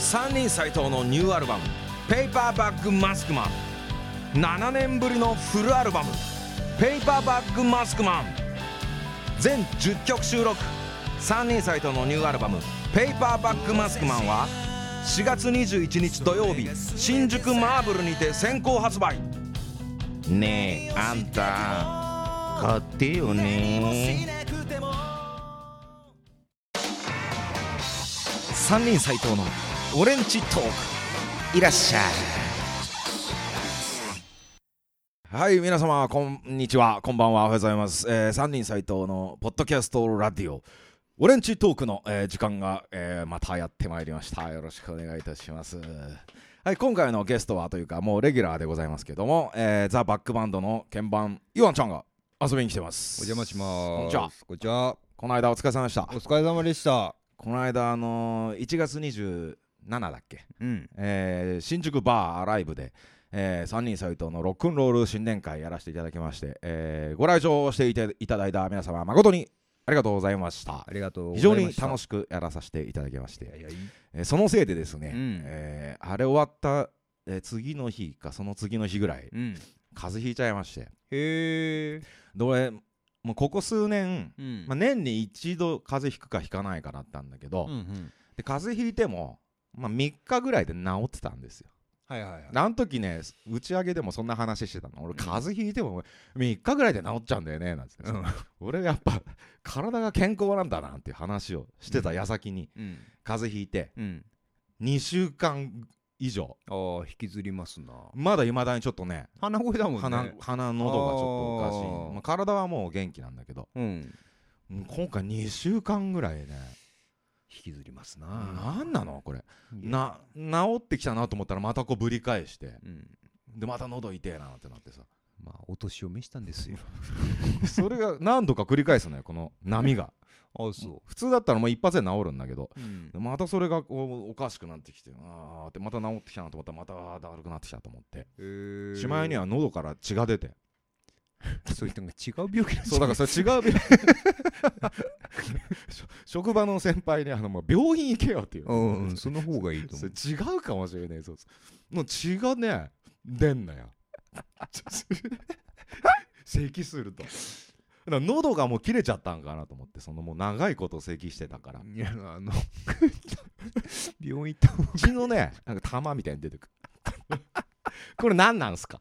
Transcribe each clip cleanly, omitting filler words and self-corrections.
三人斎藤のニューアルバムペーパーバッグマスクマン、7年ぶりのフルアルバムペーパーバッグマスクマン、全10曲収録。三人斎藤のニューアルバムペーパーバッグマスクマンは4月21日土曜日、新宿マーブルにて先行発売。ねえあんた買ってよね。三人斎藤のオレンジトーク、いらっしゃい。はい、皆様こんにちは、こんばんは、おはようございます。三人斎藤のポッドキャストラディオオレンジトークの、時間が、またやってまいりました。よろしくお願いいたします。はい、今回のゲストはというかもうレギュラーでございますけども、ザ・バックバンドの鍵盤イワンちゃんが遊びに来てます。 お邪魔します。 こんにちは。 こんにちは。 この間お疲れ様でした。 お疲れ様でした。 この間1月27だっけ、新宿バーライブで、三人斎藤のロックンロール新年会やらせていただきまして、ご来場していただいた皆様誠にありがとうございました。 ありがとうご非ざいました。 常に楽しくやらさせていただきまして、そのせいでですね、あれ終わった、次の日かその次の日ぐらい、風邪ひいちゃいまして。 へー。もうここ数年、年に一度風邪ひくかひかないかだったんだけど、で風邪ひいても、3日ぐらいで治ってたんですよ。 はいはいはい。 あの時ね、打ち上げでもそんな話してたの。俺風邪ひいても3日ぐらいで治っちゃうんだよねなんて、俺やっぱ体が健康なんだなっていう話をしてた矢先に、風邪ひいて、2週間以上引きずりますな。 まだ未だにちょっとね、 鼻声だもんね。 喉がちょっとおかしい。体はもう元気なんだけど、今回2週間ぐらいね引きずりますな。 なんなのこれ。治ってきたなと思ったらまたこうぶり返して、でまた喉痛えなってなってさ、 お年を召したんですよ。 それが何度か繰り返すのよ、この波が。 そう。 普通だったらもう一発で治るんだけど、またそれがこうおかしくなってきて、ってまた治ってきたなと思ったらまただるくなってきたと思って、しまいには喉から血が出て。 そういう人が違う病気なんですよ。 そうだからそれ違う病気職場の先輩にもう病院行けよっていう、 その方がいいと思う。 それ違うかもしれない。もう血がね出んのよ咳すると。だから喉がもう切れちゃったんかなと思って、もう長いこと咳してたから。 いや病院行った方が血のねなんか玉みたいに出てくるこれ何なんすか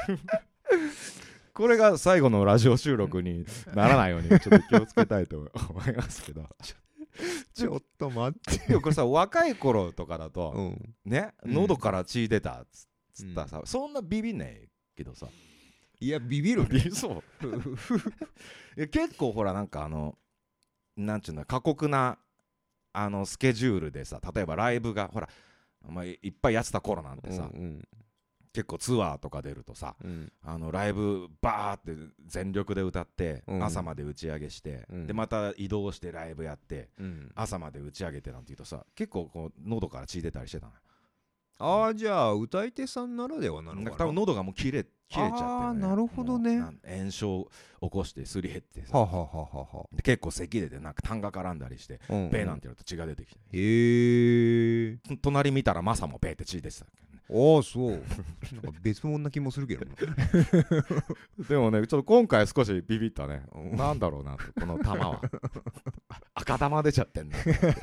これが最後のラジオ収録にならないようにちょっと気をつけたいと思いますけどちょっと待ってよ。これさ、若い頃とかだと、ね、喉から血出たっつったらさ、そんなビビんないけどさ。 いやビビるね。そういや結構ほらなんかなんちゅうの過酷なスケジュールでさ、例えばライブがほらいっぱいやってた頃なんてさ、結構ツアーとか出るとさ、ライブバーって全力で歌って、朝まで打ち上げして、でまた移動してライブやって、朝まで打ち上げてなんていうとさ、結構こう喉から血出たりしてたの。 じゃあ歌い手さんならではなのかな。 多分喉がもう切れちゃってね。 なるほどね。 炎症起こしてすり減ってさ、で結構咳出てなんか痰が絡んだりして、ベーなんてやると血が出てきて、隣見たらマサもベーって血出てた。 そうなんか別物な気もするけどでもね、ちょっと今回少しビビったね。なんだろうな、この玉は赤玉出ちゃってんだ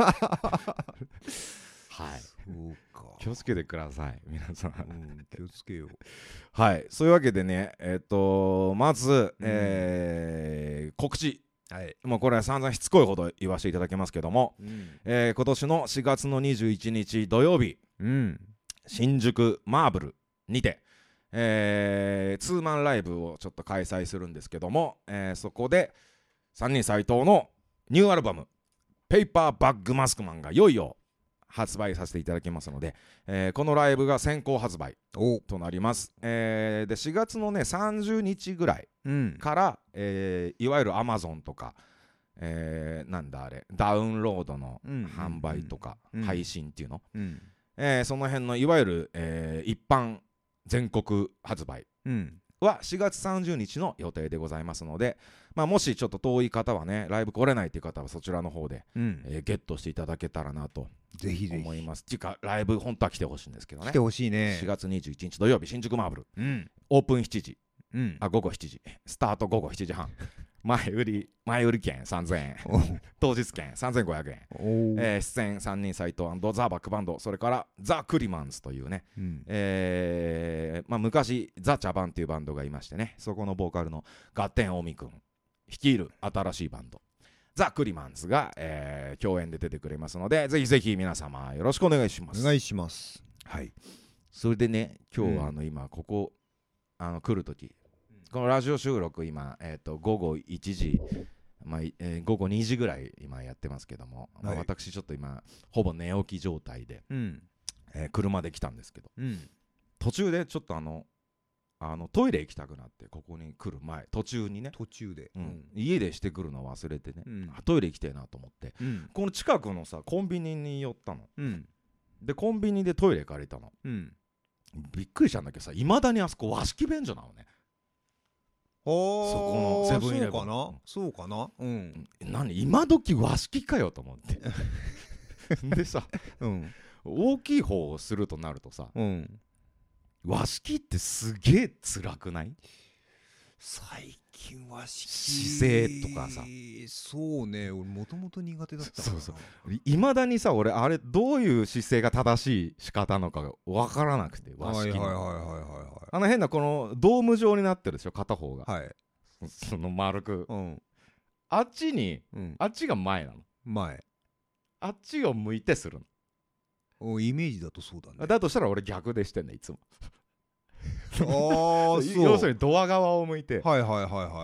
はい、 そうか、 気をつけてください皆さん、 気をつけよう。 はい、そういうわけでね、まず、告知、もうこれは散々しつこいほど言わせていただきますけども、今年の4月の21日土曜日、新宿マーブルにて、ツーマンライブをちょっと開催するんですけども、そこで三人斎藤のニューアルバムペーパーバッグマスクマンがいよいよ発売させていただきますので、このライブが先行発売となります。で4月のね30日ぐらいから、いわゆる Amazon とか、なんだあれダウンロードの販売とか、配信っていうの、その辺のいわゆる、一般全国発売は4月30日の予定でございますので、もしちょっと遠い方はね、ライブ来れないという方はそちらの方で、ゲットしていただけたらなと。 ぜひぜひ思います。っていうかライブ本当は来てほしいんですけどね。 来てほしいね。 4月21日土曜日新宿マーブル、 うん、 オープン7時、 うん、 午後7時、スタート午後7時半。前売り券3000円、当日券3500円、出演3人斎藤&ザ・バックバンド、それからザ・クリマンズというね、うん、昔ザ・茶番っていうバンドがいましてね、そこのボーカルのガッテンオミ君率いる新しいバンドザ・クリマンズが、共演で出てくれますので、ぜひぜひ皆様よろしくお願いします。 お願いします。 はい。それでね、今日は今ここ来るとき、このラジオ収録今、午後1時、午後2時ぐらい今やってますけども、はい、私ちょっと今ほぼ寝起き状態で、うん車で来たんですけど、うん、途中でちょっとトイレ行きたくなって、ここに来る前途中にね、 途中で、 家でしてくるの忘れてね、トイレ行きたいなと思って、この近くのさコンビニに寄ったの、でコンビニでトイレ借りたの、びっくりしたんだけどさ、いまだにあそこ和式便所なのね。そこのセブンイレブン、 そうかな、 何今時和式かよと思ってでさ、大きい方をするとなるとさ、和式ってすげえ辛くない？ 最近和式姿勢とかさ、 そうね、俺もともと苦手だったから。 そういまだにさ、俺あれどういう姿勢が正しい仕方なのかが分からなくて、和式の変なこのドーム状になってるでしょ、片方が、はい、その丸く、あっちに、あっちが前なの、あっちを向いてするの。イメージだとそうだね。 だとしたら俺逆でしてんね、いつも要するにドア側を向いて、 どっち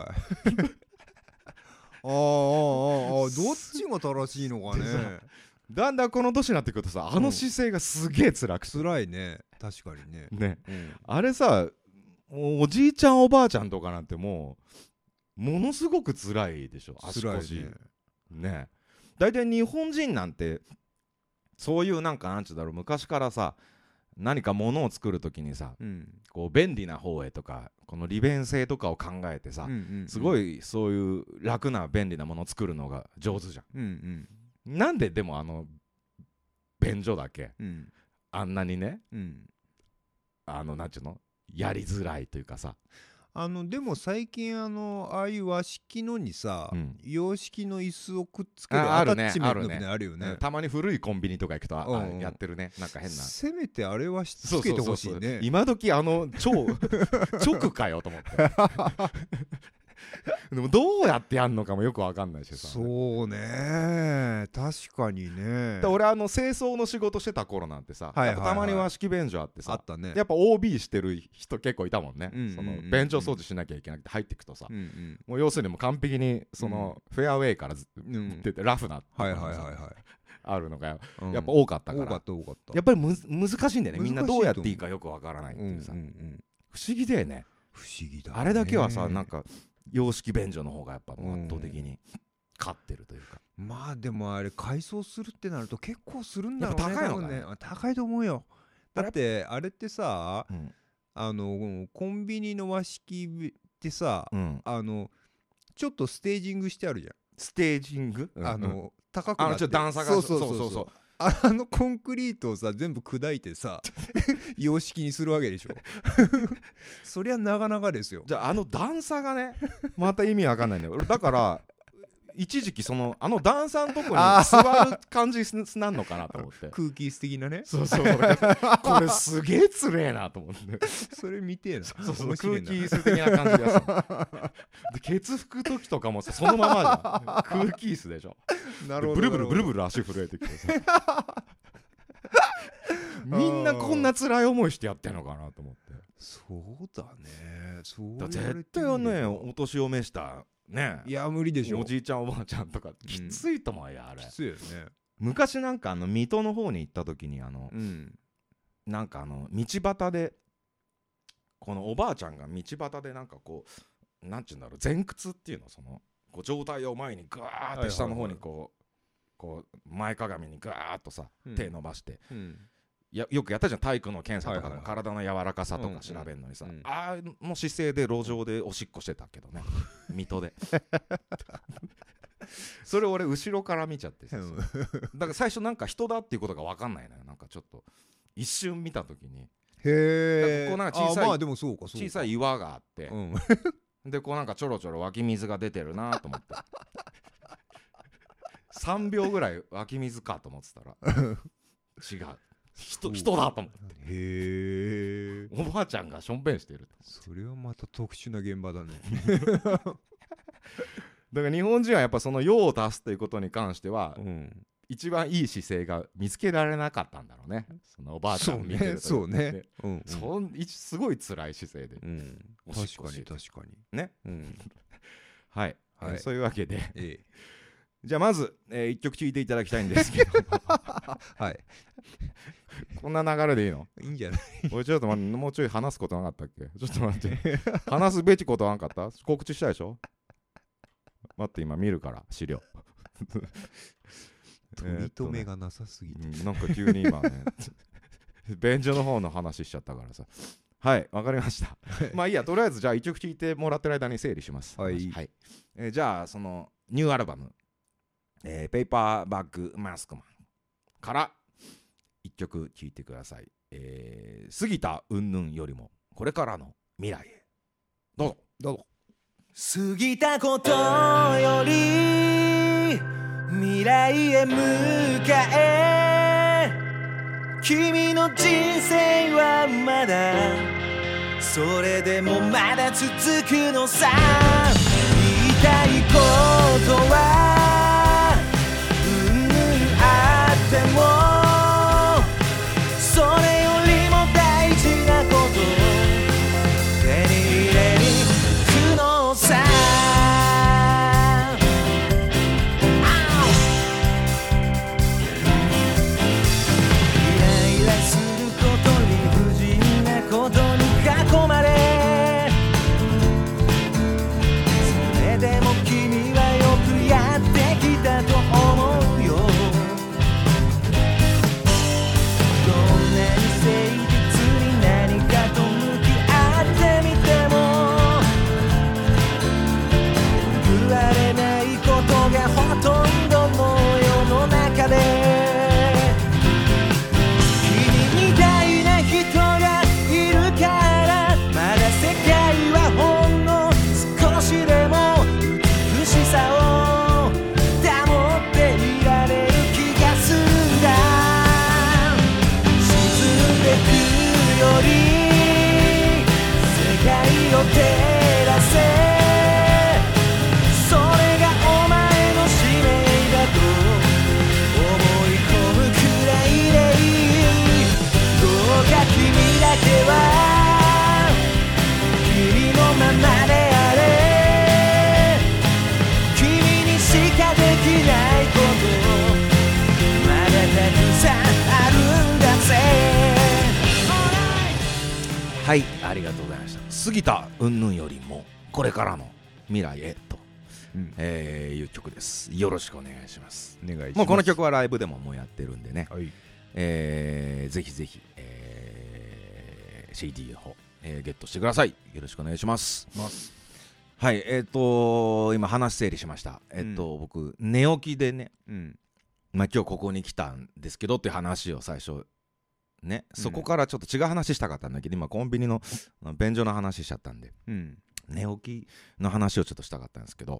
が正しいのかね。 だんだんこの年になってくるとさ、あの姿勢がすげえ辛くて、 辛いね、確かにね。 あれさ、おじいちゃんおばあちゃんとかなんてものすごく辛いでしょ、足腰ね。だいたい日本人なんてそういうなんつうだろう、昔からさ、何か物を作るときにさ、こう便利な方へとか、この利便性とかを考えてさ、すごいそういう楽な便利なものを作るのが上手じゃん、なんででも便所だけ、あんなにね、なんちゅうの、やりづらいというかさ、 でも最近ああいう和式のにさ、洋式の椅子をくっつけるアタッチメントみたいなのあるよね。 たまに古いコンビニとか行くとやってるね、なんか変な。 せめてあれはしつけてほしいね。 今時直かよと思ってでもどうやってやんのかもよくわかんないしさ。 そうね、確かにね。 俺清掃の仕事してた頃なんてさ、たまに和式便所あってさ、 あったね、 やっぱ OB してる人結構いたもんね。その便所掃除しなきゃいけなくて入っていくとさ、もう要するにもう完璧にそのフェアウェイから出てラフなあるのがやっぱ多かったから、やっぱり難しいんだよね。みんなどうやっていいかよくわからないっていうさ、不思議だよね。 不思議だね。 あれだけはさ、なんか洋式便所の方がやっぱ圧倒的に勝ってるというか。 まあでもあれ改装するってなると結構するんだろうね。 高いのかね。 高いと思うよ。だってあれってさ、コンビニの和式ってさ、ちょっとステージングしてあるじゃん。 ステージング？ 高くなって、 段差が、そうコンクリートをさ全部砕いてさ洋式にするわけでしょそりゃなかなかですよ。 じゃあ段差がねまた意味わかんないんだよ。だから一時期段差のとこに座る感じなんのかなと思って空気椅子的なね。 そうこれすげえつれえなと思ってそれ見てえな。 空気椅子的な感じがさでケツ拭く時とかもさそのままじゃん空気椅子でしょ。なるほど。ブルブル足震えてきてさみんなこんな辛い思いしてやってんのかなと思って。 そうだね。 絶対お年を召したね、 いや無理でしょ。 おじいちゃんおばあちゃんとかきついと思うよ、あれ。 きついよね。 昔なんか水戸の方に行った時になんか道端でこのおばあちゃんが道端でなんかこうなんちゅうんだろう、前屈っていうの、そのこう上体を前にガーって下の方にこう前かがみにガーッとさ手伸ばして、よくやったじゃん、体育の検査とかでも体の柔らかさとか調べるのにさ、あの姿勢で路上でおしっこしてたけどね水戸でそれ俺後ろから見ちゃってさ、だから最初なんか人だっていうことが分かんないのよ。なんかちょっと一瞬見た時に、 へえ、 こうなんか小さい、 まあでもそうか小さい岩があって、でこうなんかちょろちょろ湧き水が出てるなと思って3秒ぐらい湧き水かと思ってたら違う、人だと思って。 へえ、 おばあちゃんがしょんべんしてる。 それはまた特殊な現場だねだから日本人はやっぱその用を足すということに関しては、一番いい姿勢が見つけられなかったんだろうね。そのおばあちゃん見てるとそうね、 すごい辛い姿勢で、 確かに確かにね、はい、そういうわけで、じゃあまず一曲聴いていただきたいんですけどはい、 こんな流れでいいの？ いいんじゃない？ 俺ちょっと待って、もうちょい話すことなかったっけ？ちょっと待って話すべきことなかった？告知したでしょ？待って、今見るから資料取り留めがなさすぎて、 なんか急に今ね便所の方の話しちゃったからさ。はい、わかりましたまあいいや、とりあえずじゃあ一曲聴いてもらってる間に整理します。 はい、 じゃあそのニューアルバム、ペーパーバッグマスクマンから一曲聴いてください。過ぎた云々よりもこれからの未来へ。どうぞどうぞ。 過ぎたことより未来へ向かえ、君の人生はまだそれでもまだ続くのさ。言いたいことはうんあっても、それよりも大事なこと手に入れに行くのさ。イライラすることに不尽なことに囲まれ、それでも君はよくやってきたと思うよ。どんなに誠実に何かと向き合ってみても言われないことがほとんどの世の中で、君みたいな人がいるからまだ世界はほんの少しでも美しさを保っていられる気がするんだ。沈んでくより世界を照らせ、それがお前の使命だと思い込むくらいでいい。どうか君だけは君のままであれ、君にしかできないことまだたくさんあるんだぜ。 はい、ありがとうございました。過ぎた云々よりもこれからの未来へと、いう曲です。よろしくお願いします。 お願いします。 もうこの曲はライブでももうやってるんでね、 はい、 ぜひぜひ、CD の方、ゲットしてください。よろしくお願いします。はい、今話整理しました。僕寝起きでね、まあ今日ここに来たんですけどっていう話を最初ね、そこからちょっと違う話したかったんだけど、今コンビニの便所の話しちゃったんで、寝起きの話をちょっとしたかったんですけど、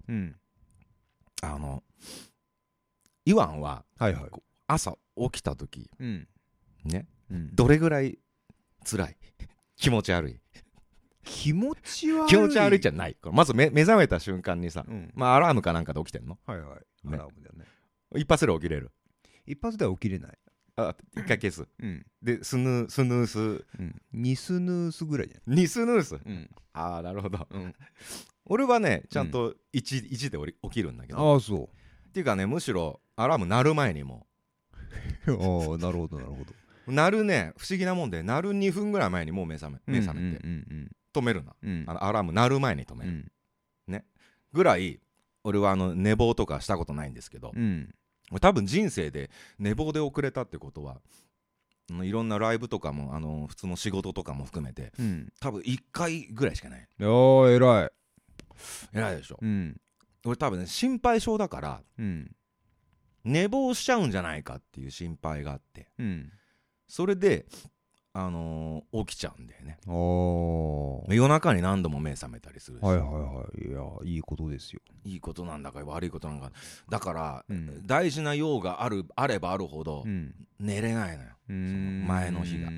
イワンは朝起きた時、ね、どれぐらい辛い気持ち悪い気持ち悪いじゃない。まず目覚めた瞬間にさ、まあアラームかなんかで起きてんの？ はいはい、アラームだよね。 一発で起きれる？ 一発では起きれない。 一回消す。でスヌース、 2スヌースぐらいじゃん。2スヌース。ああ、なるほど。俺はねちゃんと1で起きるんだけど。 ああ、そう。 っていうかね、むしろアラーム鳴る前にもああ、なるほどなるほど。 鳴るね、不思議なもんで、鳴る2分ぐらい前にもう目覚めて止めるな、アラーム鳴る前に止める、ねぐらい俺は寝坊とかしたことないんですけど、多分人生で寝坊で遅れたってことはいろんなライブとかも普通の仕事とかも含めて、多分1回ぐらいしかない。 偉い偉いでしょ、 俺多分ね心配性だから、寝坊しちゃうんじゃないかっていう心配があって、それで起きちゃうんだよね。夜中に何度も目覚めたりするし。いやいいことですよ。 いいことなんだか悪いことなんかだから、大事な用があればあるほど、寝れないのよ。その前の日が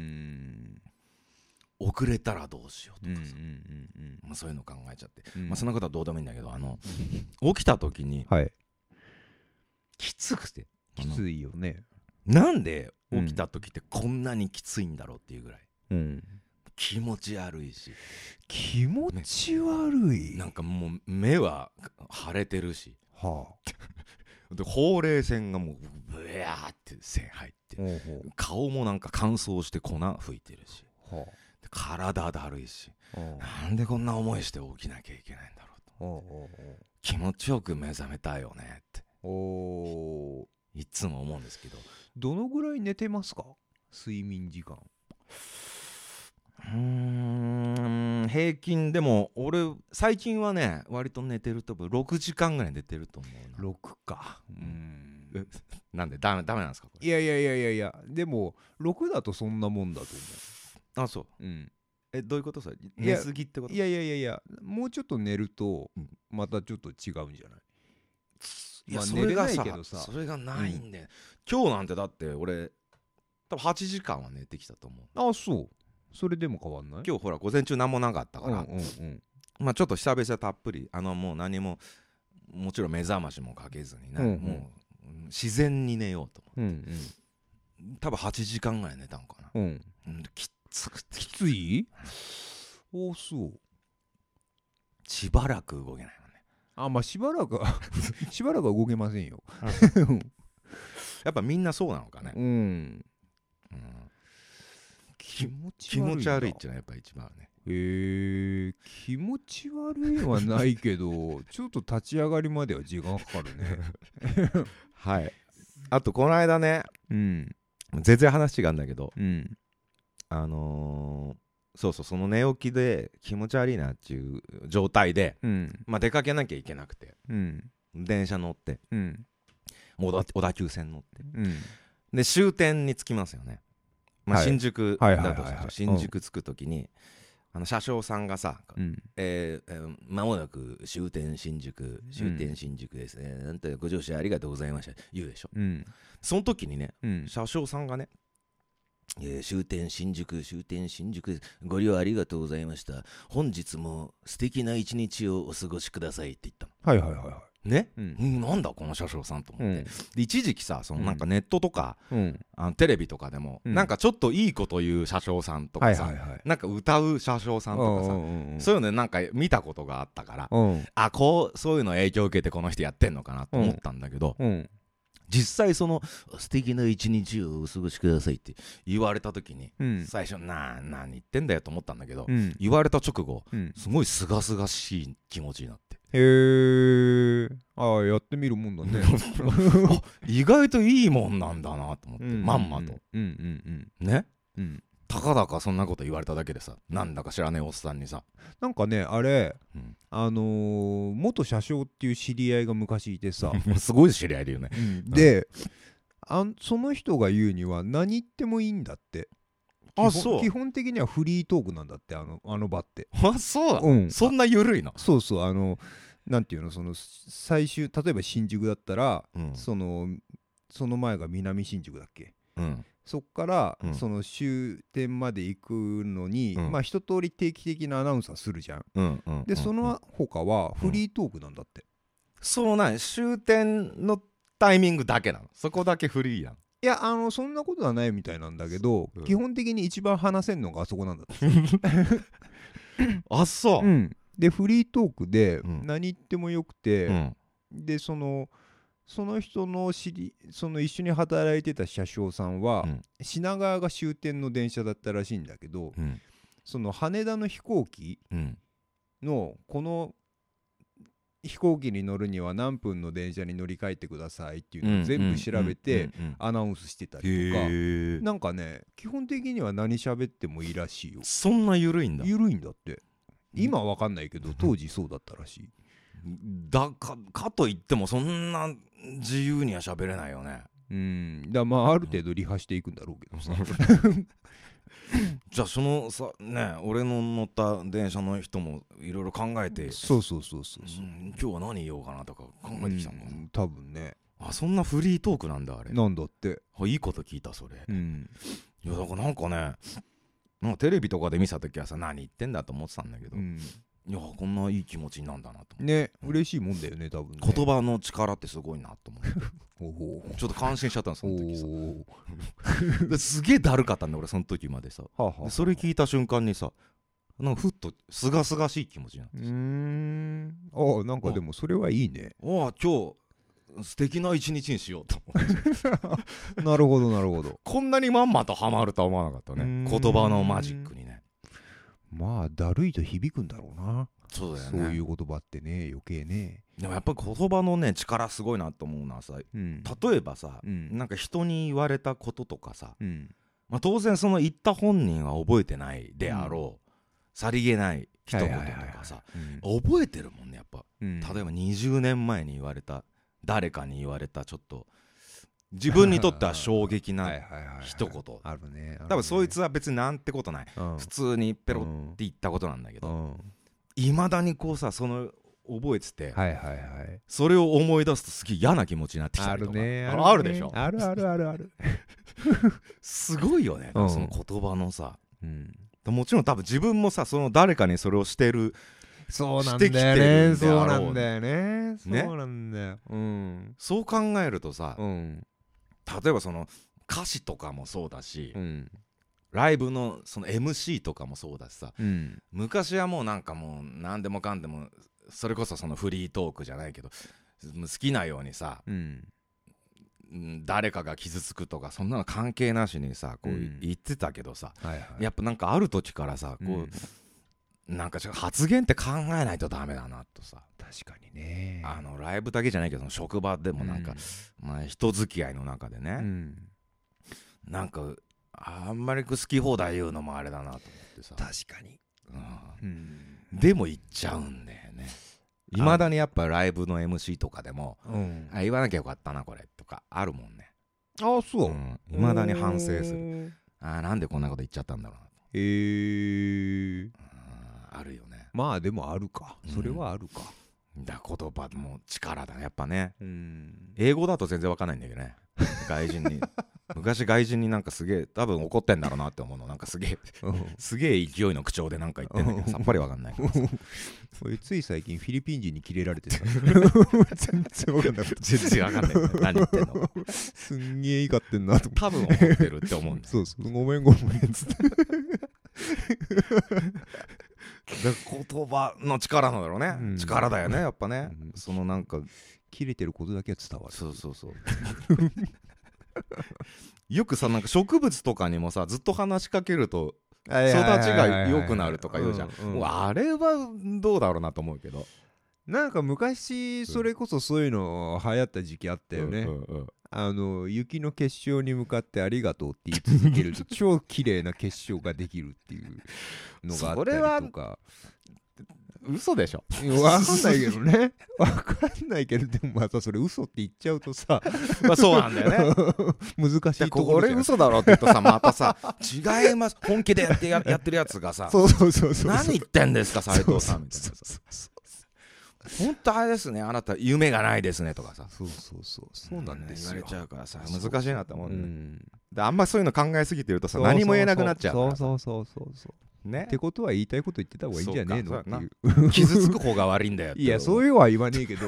遅れたらどうしようとかさ、そういうの考えちゃって、そんなことはどうでもいいんだけど、起きた時に、きつくて、 きついよね。 なんで起きた時ってこんなにきついんだろうっていうぐらい、気持ち悪いし。 気持ち悪い、 なんかもう目は腫れてるし、でほうれい線がもうブヤーって線入って、顔もなんか乾燥して粉吹いてるし、体だるいし、なんでこんな思いして起きなきゃいけないんだろうと、気持ちよく目覚めたいよねっていつも思うんですけど。 どのぐらい寝てますか、睡眠時間。 平均でも俺最近はね割と寝てると6時間ぐらい寝てると思うな。 6か。 なんでダメなんですかこれ。 いやでも6だとそんなもんだと思う。あ、そう。どういうことそれ。寝すぎってこと。 いやもうちょっと寝るとまたちょっと違うんじゃない。 いや、それがさ、それがないんで、今日なんてだって俺多分8時間は寝てきたと思う。 あ、そう。それでも変わんない。 今日ほら午前中何もなかったから、まあちょっと久々たっぷりもう何ももちろん目覚ましもかけずにね、もう自然に寝ようと思って、多分8時間ぐらい寝たんかな。きつくて。 きつい？お、そう。 しばらく動けないもんね。 まあしばらくは動けませんよ。 やっぱみんなそうなのかね。気持ち悪いっていうのはやっぱ一番ね。 気持ち悪いはないけどちょっと立ち上がりまでは時間かかるね。 はい。あとこの間ね、全然話違うんだけど、そうその寝起きで気持ち悪いなっていう状態で、まあ出かけなきゃいけなくて、電車乗って、小田急線乗って、で終点に着きますよね。まあ、新宿だと新宿着くときに車掌さんがさ、間もなく終点新宿ですね、なんてご乗車ありがとうございました言うでしょ。その時にね、車掌さんがね、終点新宿ご利用ありがとうございました、本日も素敵な一日をお過ごしくださいって言ったの。ね、なんだこの車掌さんと思って、で一時期さ、そのなんかネットとか、テレビとかでも、なんかちょっといいこと言う車掌さんとかさ、なんか歌う車掌さんとかさ、そういうのなんか見たことがあったから、そういうの影響を受けてこの人やってんのかなと思ったんだけど、実際その素敵な一日をお過ごしくださいって言われた時に、最初何言ってんだよと思ったんだけど、言われた直後、すごいすがすがしい気持ちになって。 やってみるもんだね。 意外といいもんなんだなと思って、まんまとね、たかだかそんなこと言われただけでさ、なんだか知らねえおっさんにさ、 なんかねあれ、元車掌っていう知り合いが昔いてさすごい知り合いで言うね、 でその人が言うには何言ってもいいんだって。基本的にはフリートークなんだって、あの場って。 そうだ、そんな緩いの。 そうなんていうの、その最終、例えば新宿だったら、その前が南新宿だっけ、そっから、その終点まで行くのに、まあ一通り定期的なアナウンサーするじゃん。でその他はフリートークなんだって。 そうなん、終点のタイミングだけなの？そこだけフリーやん？ いや、そんなことはないみたいなんだけど、基本的に一番話せんのがあそこなんだって。 あ、そう。 でフリートークで何言ってもよくて、でその人のその一緒に働いてた車掌さんは、品川が終点の電車だったらしいんだけど、その羽田の飛行機のこの飛行機に乗るには何分の電車に乗り換えてくださいっていうのを全部調べてアナウンスしてたりとか、なんかね基本的には何喋ってもいいらしいよ。 そんな緩いんだ。 緩いんだって。今は分かんないけど当時そうだったらしい。 かといってもそんな自由には喋れないよね。 だまあある程度リハしていくんだろうけどさじゃあそのさね、俺の乗った電車の人もいろいろ考えて、 そう今日は何言おうかなとか考えてきたのかな、 多分ね。 そんなフリートークなんだあれ。 なんだって。 いいこと聞いたそれ。いやだからなんかね、なんかテレビとかで見たときはさ、何言ってんだと思ってたんだけど、いやこんないい気持ちになんだなと思ってね。嬉しいもんだよね多分ね。 言葉の力ってすごいなと思ってちょっと感心しちゃったんですその時さすげえだるかったんだ俺その時までさ。でそれ聞いた瞬間にさ、なんかふっとすがすがしい気持ちになってさ、 なんかでもそれはいいね。 今日素敵な一日にしようと思ってなるほどこんなにまんまとハマるとは思わなかったね、言葉のマジックにね。 まあだるいと響くんだろうな。 そうだよね。 そういう言葉ってね、余計ね。 でもやっぱり言葉のね力すごいなと思うのはさ、例えばさ、なんか人に言われたこととかさ、まあ、当然その言った本人は覚えてないであろう、さりげない一言とかさ、覚えてるもんねやっぱ、例えば20年前に言われた、誰かに言われたちょっと自分にとっては衝撃な一言、 あるね。 多分そいつは別になんてことない、普通にペロって言ったことなんだけど、いまだにこうさ、その覚えてて、それを思い出すとすげえ嫌な気持ちになってきたりとかあるでしょ。 あるすごいよね、その言葉のさ、もちろん多分自分もさ、その誰かにそれをしてる、 そうなんだよね。そうなんだよね。そうなんだよ。 そう考えるとさ、例えばその歌詞とかもそうだし、ライブのその MC とかもそうだしさ、昔はもうなんかもう何でもかんでもそれこそそのフリートークじゃないけど好きなようにさ、誰かが傷つくとかそんなの関係なしにさこう言ってたけどさ、やっぱなんかある時からさこう、なんか発言って考えないとダメだなとさ。 確かにね。 ライブだけじゃないけど職場でもなんか、まあ、人付き合いの中でね、なんかあんまり好き放題言うのもあれだなと思ってさ。 確かに、 でも言っちゃうんだよね。いまだにやっぱライブの MC とかでも、言わなきゃよかったなこれとかあるもんね。 そう、 いまだに反省する。なんでこんなこと言っちゃったんだろうな。あるよね。 まあでもあるか、それはあるか。 言葉も力だねやっぱね。英語だと全然わかんないんだけどね。外人に昔外人になんかすげえ多分怒ってんだろうなって思うの、なんかすげえ勢いの口調でなんか言ってんだけどさっぱりわかんない俺つい最近フィリピン人にキレられてた全然わかんなかった。 全然わかんない何言ってんのすんげえ怒ってんなと思って。 多分怒ってるって思うんだよ。 そうごめんっつって言葉の力なんだろうね、力だよねやっぱね、そのなんか切れてることだけは伝わる。 そうよくさなんか植物とかにもさずっと話しかけると育ちが良くなるとか言うじゃん。もうあれはどうだろうなと思うけど、 なんか昔それこそそういうの流行った時期あったよね。雪の結晶に向かってありがとうって言い続けると超綺麗な結晶ができるっていうのがあったりとか。 嘘でしょ。 わかんないけどね。わかんないけど、でもまたそれ嘘って言っちゃうとさ、 まあそうなんだよね。 難しいところじゃん。 これ嘘だろって言うとさ、またさ、違います、本気でやってるやつがさ、 そう何言ってんですか斉藤さんみたいなさ。本当あれですね、あなた夢がないですねとかさ。 そうなんですよ。 言われちゃうからさ、難しいなと思う。であんまそういうの考えすぎてるとさ、何も言えなくなっちゃう。 そうね。ってことは言いたいこと言ってた方がいいんじゃねえのっていう。 傷つく方が悪いんだよって。 いやそういうは言わねえけど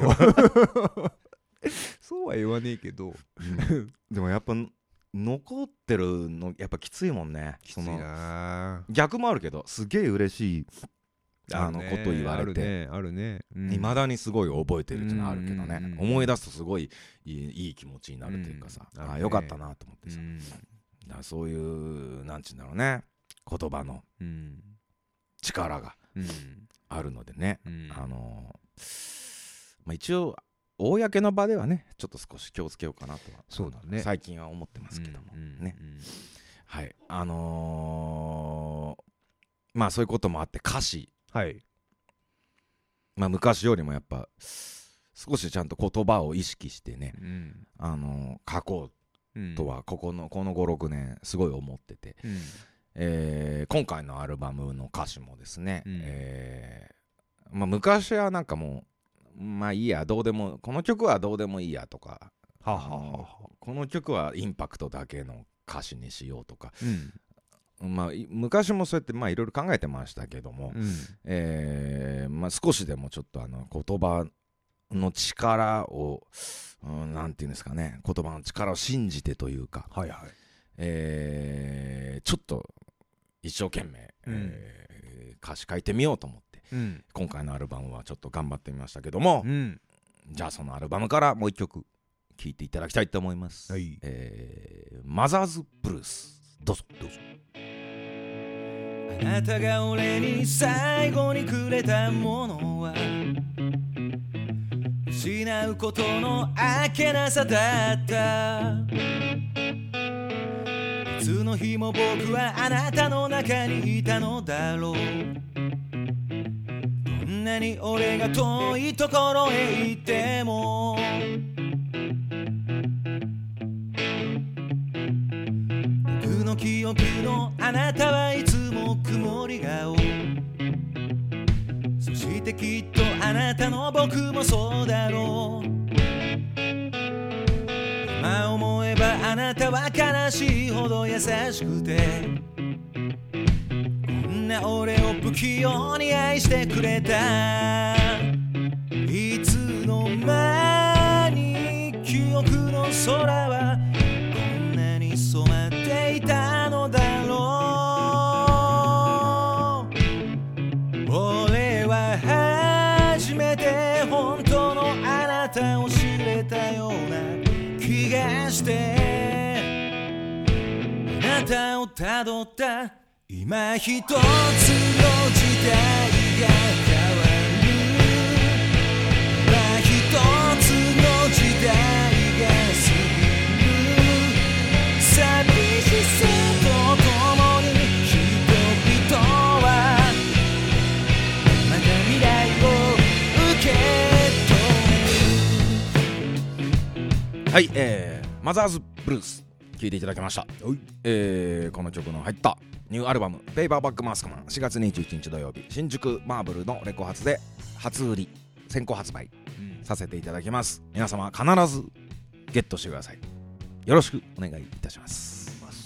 そうは言わねえけどでもやっぱ残ってるのやっぱきついもんね。 きついな。 逆もあるけどすげえ嬉しいこと言われてあるね。 いまだにすごい覚えてるっていうのはあるけどね、思い出すとすごいいい気持ちになるというかさ、よかったなと思ってさ、だからそういうなんちゅうんだろうね、言葉の力があるのでね、一応公の場ではねちょっと少し気をつけようかなとは、 そうだね、 最近は思ってますけどもね。はい、まあそういうこともあって歌詞まあ昔よりもやっぱ少しちゃんと言葉を意識してね、書こうとはこの5、6年すごい思ってて、今回のアルバムの歌詞もですね、まあ、昔はなんかもうまあいいや、どうでもこの曲はどうでもいいやとか、この曲はインパクトだけの歌詞にしようとか、まあ、昔もそうやってまあいろいろ考えてましたけども、まあ、少しでもちょっと言葉の力を、なんていうんですかね、言葉の力を信じてというか、ちょっと一生懸命、歌詞書いてみようと思って、今回のアルバムはちょっと頑張ってみましたけども、じゃあそのアルバムからもう一曲聴いていただきたいと思います。マザーズブルース、どうぞどうぞ。 あなたが俺に最後にくれたものは失うことのあけなさだった。いつの日も僕はあなたの中にいたのだろう。どんなに俺が遠いところへ行っても僕の記憶のあなたはいつも曇り顔。そしてきっとあなたの僕もそうだろう。今思えばあなたは悲しいほど優しくて、こんな俺を不器用に愛してくれた。いつの間に記憶の空はこんなに染まっていたのだろう。俺は初めて本当のあなたを知れたような気がして、あなたをたどった今一つの時代が変わる。今一つの時代が過ぎる。寂しさとともに人々はまた未来を受け止める。 はい、マザーズブルース聴いていただきました。この曲の入ったニューアルバムペーパーバックマスクマン、4月21日土曜日新宿マーブルのレコ発で初売り先行発売させていただきます。皆様必ずゲットしてください。よろしくお願いいたします。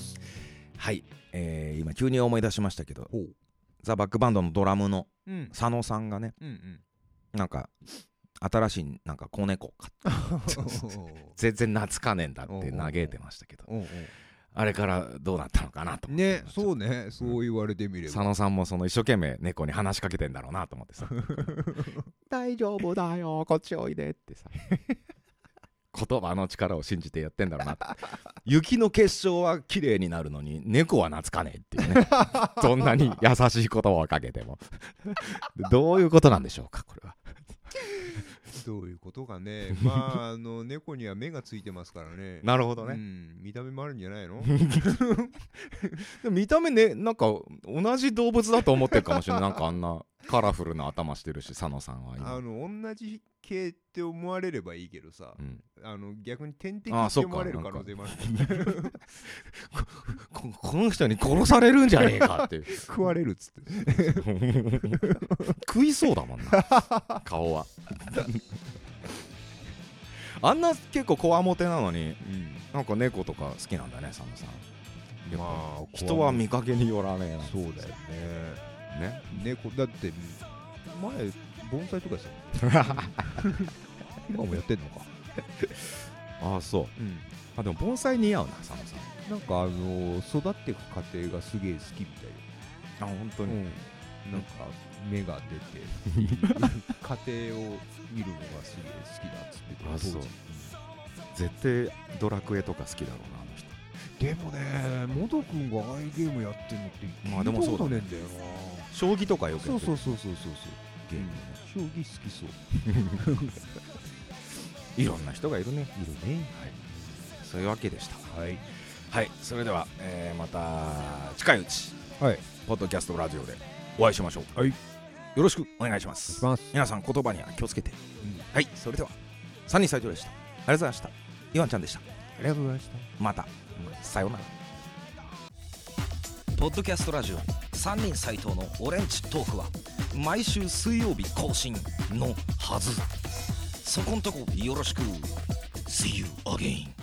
はい、今急に思い出しましたけど、ザ・バックバンドのドラムの佐野さんがね、なんか新しいなんか子猫買って全然懐かねえんだって嘆いてましたけど、あれからどうなったのかなとね。そうね、そう言われてみれば、 佐野さんもその一生懸命猫に話しかけてんだろうなと思ってさ大丈夫だよこっちおいでってさ言葉の力を信じてやってんだろうなと雪の結晶は綺麗になるのに猫は懐かねえっていうねどんなに優しい言葉をかけてもどういうことなんでしょうかこれはどういうことかね。まあ猫には目がついてますからね。 なるほどね、 見た目もあるんじゃないの見た目ね、なんか同じ動物だと思ってるかもしれないなんかあんなカラフルな頭してるし、佐野さんは今同じ系って思われればいいけどさ、逆に天敵って思われる可能性もあるこの人に殺されるんじゃねえかって食われるっつって食いそうだもんな顔はあんな結構こわもてなのに、なんか猫とか好きなんだね佐野さん。まあ人は見かけによらねえな。 そうだよね。猫だって前盆栽とかさ今もやってんのかああそう、あでも盆栽似合うな佐野さん。 なんか育っていく過程がすげえ好きみたいあ本当に、 なんか芽が出て過程を見るのがすげえ好きだっつってて。 あそう、絶対ドラクエとか好きだろうなあの人。 でもねモド君がああいうゲームやってんのってまあでもそうだね。将棋とかよくやってる。そうゲーム、 将棋好きそういろんな人がいるね。 はい、 そういうわけでした。 はい、 それでは、また近いうち、ポッドキャストラジオでお会いしましょう。 よろしくお願いします。皆さん言葉には気をつけて、はい。それでは3人斉藤でした。ありがとうございました。イワンちゃんでした。 ありがとうございました。 また、さようなら。ポッドキャストラジオ3人斉藤のオレンジトークは毎週水曜日更新のはず。そこんとこよろしく。See you again.